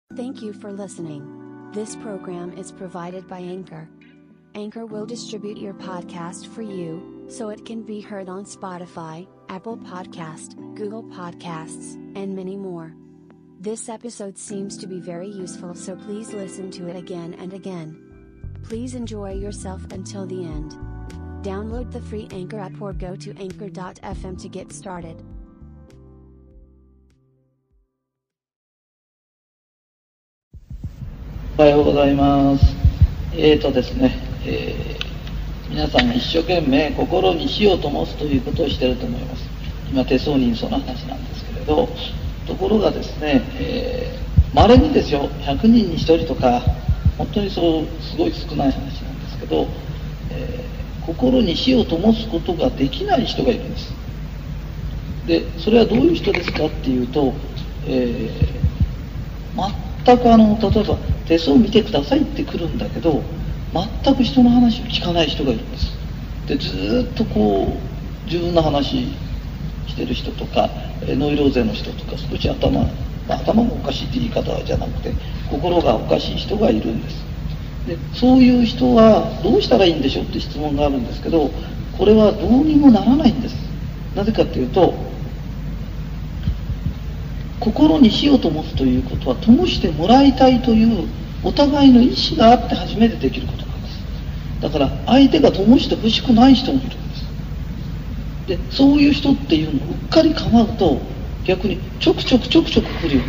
Thank you for listening. This program is provided by Anchor. Anchor will distribute your podcast for you, so it can be heard on Spotify, Apple Podcast, Google Podcasts, and many more. This episode seems to be very useful, so please listen to it again and again. Please enjoy yourself until the end. Download the free Anchor app or go to anchor.fm to get started. おはようございます。ですね、皆さんが一生懸命心に火を灯すということをしていると思います。今手相人相の話なんですけれど、ところがですね、稀にですよ、100人に1人とか本当にそうすごい少ない話なんですけど、心に火を灯すことができない人がいるんです。でそれはどういう人ですかっていうと、全く例えば手相を見てくださいって来るんだけど、全く人の話を聞かない人がいるんです。でずっと自分の話してる人とか、ノイローゼの人とか、少し頭がおかしいって言い方じゃなくて心がおかしい人がいるんです。でそういう人はどうしたらいいんでしょうって質問があるんですけど、これはどうにもならないんです。なぜかっていうと、心に火を灯すということは灯してもらいたいというお互いの意思があって初めてできることなんです。だから相手が灯してほしくない人もいるんです。でそういう人っていうのをうっかり構うと逆にちょくちょく来るようになります。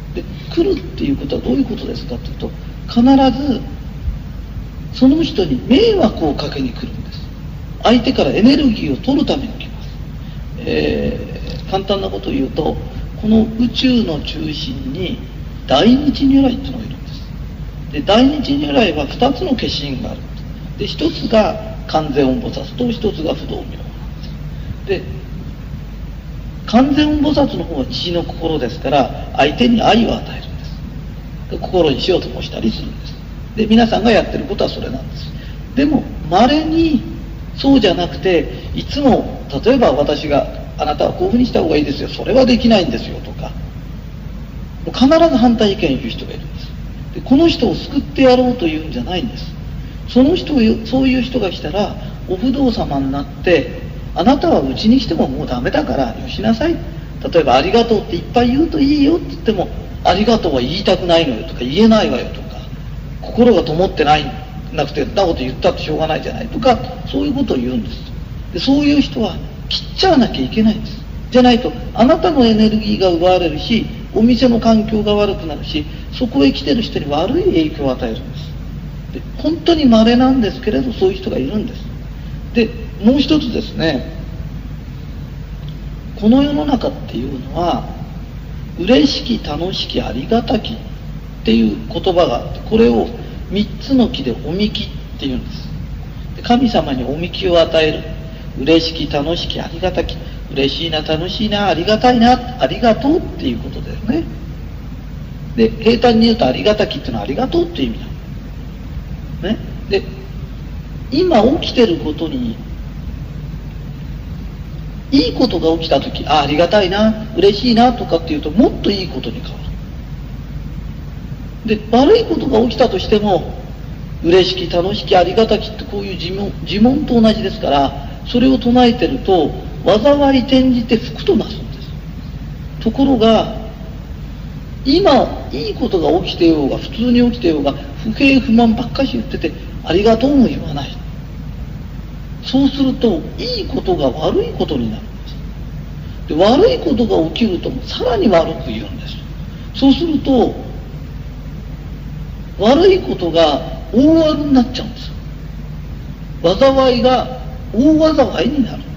で来るっていうことはどういうことですかというと、必ずその人に迷惑をかけに来るんです。相手からエネルギーを取るために来ます。簡単なことを言うと、この宇宙の中心に大日如来っていうのがいるんです。で大日如来は2つの化身があるんです。で一つが観世音菩薩と一つが不動明王なんです。で観世音菩薩の方は父の心ですから、相手に愛を与えるんです。で心に火を灯したりするんです。で皆さんがやってることはそれなんです。でも稀にそうじゃなくて、いつも例えば私があなたはこういうふうにした方がいいですよ、それはできないんですよとか、必ず反対意見を言う人がいるんです。でこの人を救ってやろうというんじゃないんです。そういう人が来たらお不動様になって、あなたはうちに来てももうダメだからよしなさい。例えばありがとうっていっぱい言うといいよって言っても、ありがとうは言いたくないのよとか、言えないわよとか、心が灯ってなくてそんなこと言ったってしょうがないじゃないとか、そういうことを言うんです。でそういう人は切っちゃわなきゃいけないんです。じゃないとあなたのエネルギーが奪われるし、お店の環境が悪くなるし、そこへ来てる人に悪い影響を与えるんです。で本当に稀なんですけれど、そういう人がいるんです。でもう一つですね、この世の中っていうのは嬉しき楽しきありがたきっていう言葉があって、これを3つの木でおみきっていうんです。で神様におみきを与える。嬉しき楽しきありがたき、嬉しいな楽しいなありがたいなありがとうっていうことだよね。で平坦に言うとありがたきっていうのはありがとうっていう意味なの、ね、で今起きてることにいいことが起きたとき、ありがたいな嬉しいなとかっていうと、もっといいことに変わる。で悪いことが起きたとしても、嬉しき楽しきありがたきってこういう呪文と同じですから、それを唱えてると災い転じて福となすんです。ところが今いいことが起きてようが普通に起きてようが、不平不満ばっかし言っててありがとうも言わない。そうするといいことが悪いことになるんです。で悪いことが起きるとさらに悪く言うんです。そうすると悪いことが大悪になっちゃうんです。災いが大災いになるんです。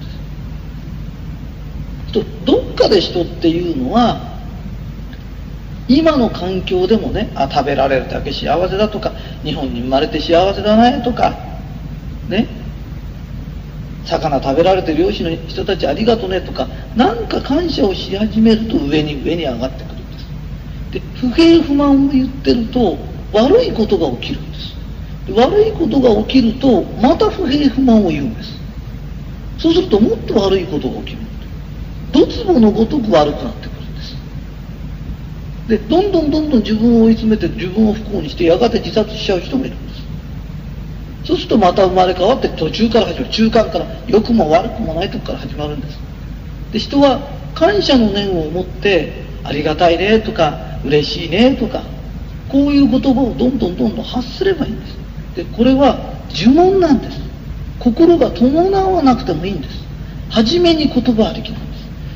どっかで人っていうのは今の環境でもね、食べられるだけ幸せだとか、日本に生まれて幸せだねとかね、魚食べられて漁師の人たちありがとねとか、なんか感謝をし始めると上に上に上がってくるんです。で不平不満を言ってると悪いことが起きるんです。で悪いことが起きるとまた不平不満を言うんです。そうするともっと悪いことが起きる。ドツボのごとく悪くなってくるんです。 でどんどん自分を追い詰めて自分を不幸にしてやがて自殺しちゃう人もいるんです。そうするとまた生まれ変わって途中から始まる、中間から良くも悪くもないとこから始まるんです。で人は感謝の念を持ってありがたいねとか嬉しいねとかこういう言葉をどんどん発すればいいんです。でこれは呪文なんです。心が伴わなくてもいいんです。初めに言葉ありきなんです。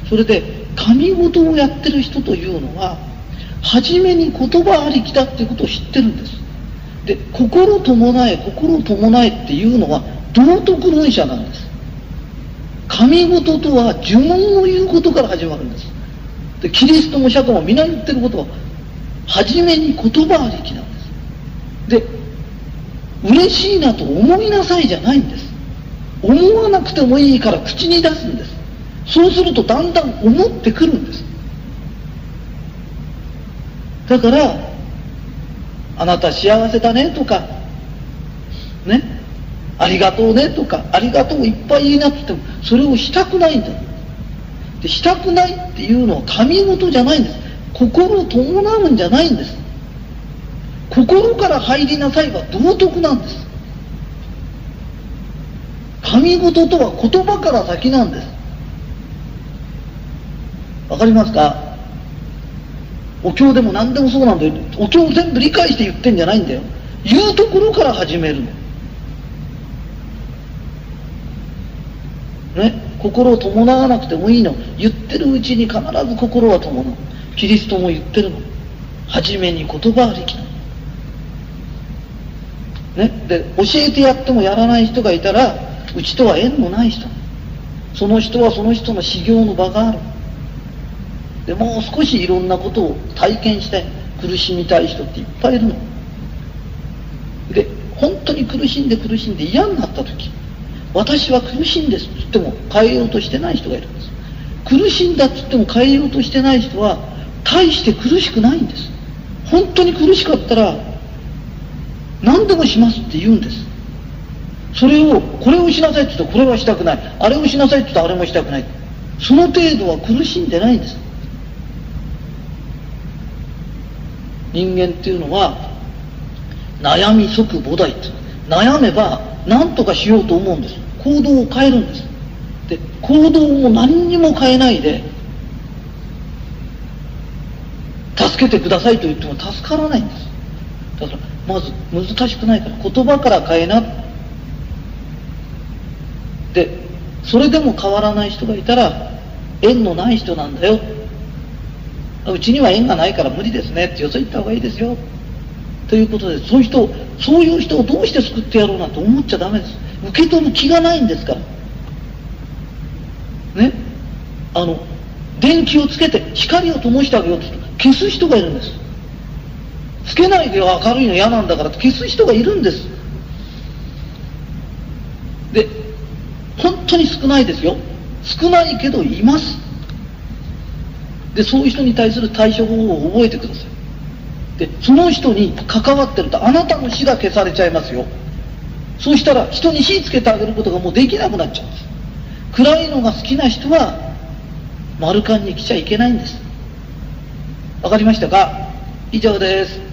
それで神事をやってる人というのは初めに言葉ありきだっていうことを知ってるんです。で心伴えっていうのは道徳論者なんです。神事とは呪文を言うことから始まるんです。でキリストも釈迦も皆言ってることは初めに言葉ありきなんです。で嬉しいなと思いなさいじゃないんです。思わなくてもいいから口に出すんです。そうするとだんだん思ってくるんです。だからあなた幸せだねとかね、ありがとうねとかありがとういっぱい言いなって言ってもそれをしたくないんだ。でしたくないっていうのは神事じゃないんです。心を伴うんじゃないんです。心から入りなさいは道徳なんです。神事とは言葉から先なんです。わかりますか？お経でも何でもそうなんだよ。お経を全部理解して言ってんじゃないんだよ。言うところから始めるのね。心を伴わなくてもいいの。言ってるうちに必ず心は伴う。キリストも言ってるの。初めに言葉ありきなのね。で教えてやってもやらない人がいたらうちとは縁のない人、その人はその人の修行の場がある。でもう少しいろんなことを体験したい、苦しみたい人っていっぱいいるので、本当に苦しんで嫌になった時、私は苦しいんですって言っても変えようとしてない人がいるんです。苦しんだって言っても変えようとしてない人は大して苦しくないんです。本当に苦しかったら何でもしますって言うんです。それをこれをしなさいって言うとこれはしたくない、あれをしなさいって言うとあれもしたくない、その程度は苦しんでないんです。人間っていうのは悩み即菩提って、悩めば何とかしようと思うんです。行動を変えるんです。で行動も何にも変えないで助けてくださいと言っても助からないんです。だからまず難しくないから言葉から変えな。でそれでも変わらない人がいたら縁のない人なんだよ、うちには縁がないから無理ですねってよそ行った方がいいですよということで、そういう人をどうして救ってやろうなんて思っちゃダメです。受け取る気がないんですからね。電気をつけて光を灯してあげようとすると消す人がいるんです。つけないでよ明るいの嫌なんだからって消す人がいるんです。で本当に少ないですよ。少ないけどいます。でそういう人に対する対処方法を覚えてください。でその人に関わってるとあなたの死が消されちゃいますよ。そうしたら人に火つけてあげることがもうできなくなっちゃうんです。暗いのが好きな人は丸カンに来ちゃいけないんです。わかりましたか？以上です。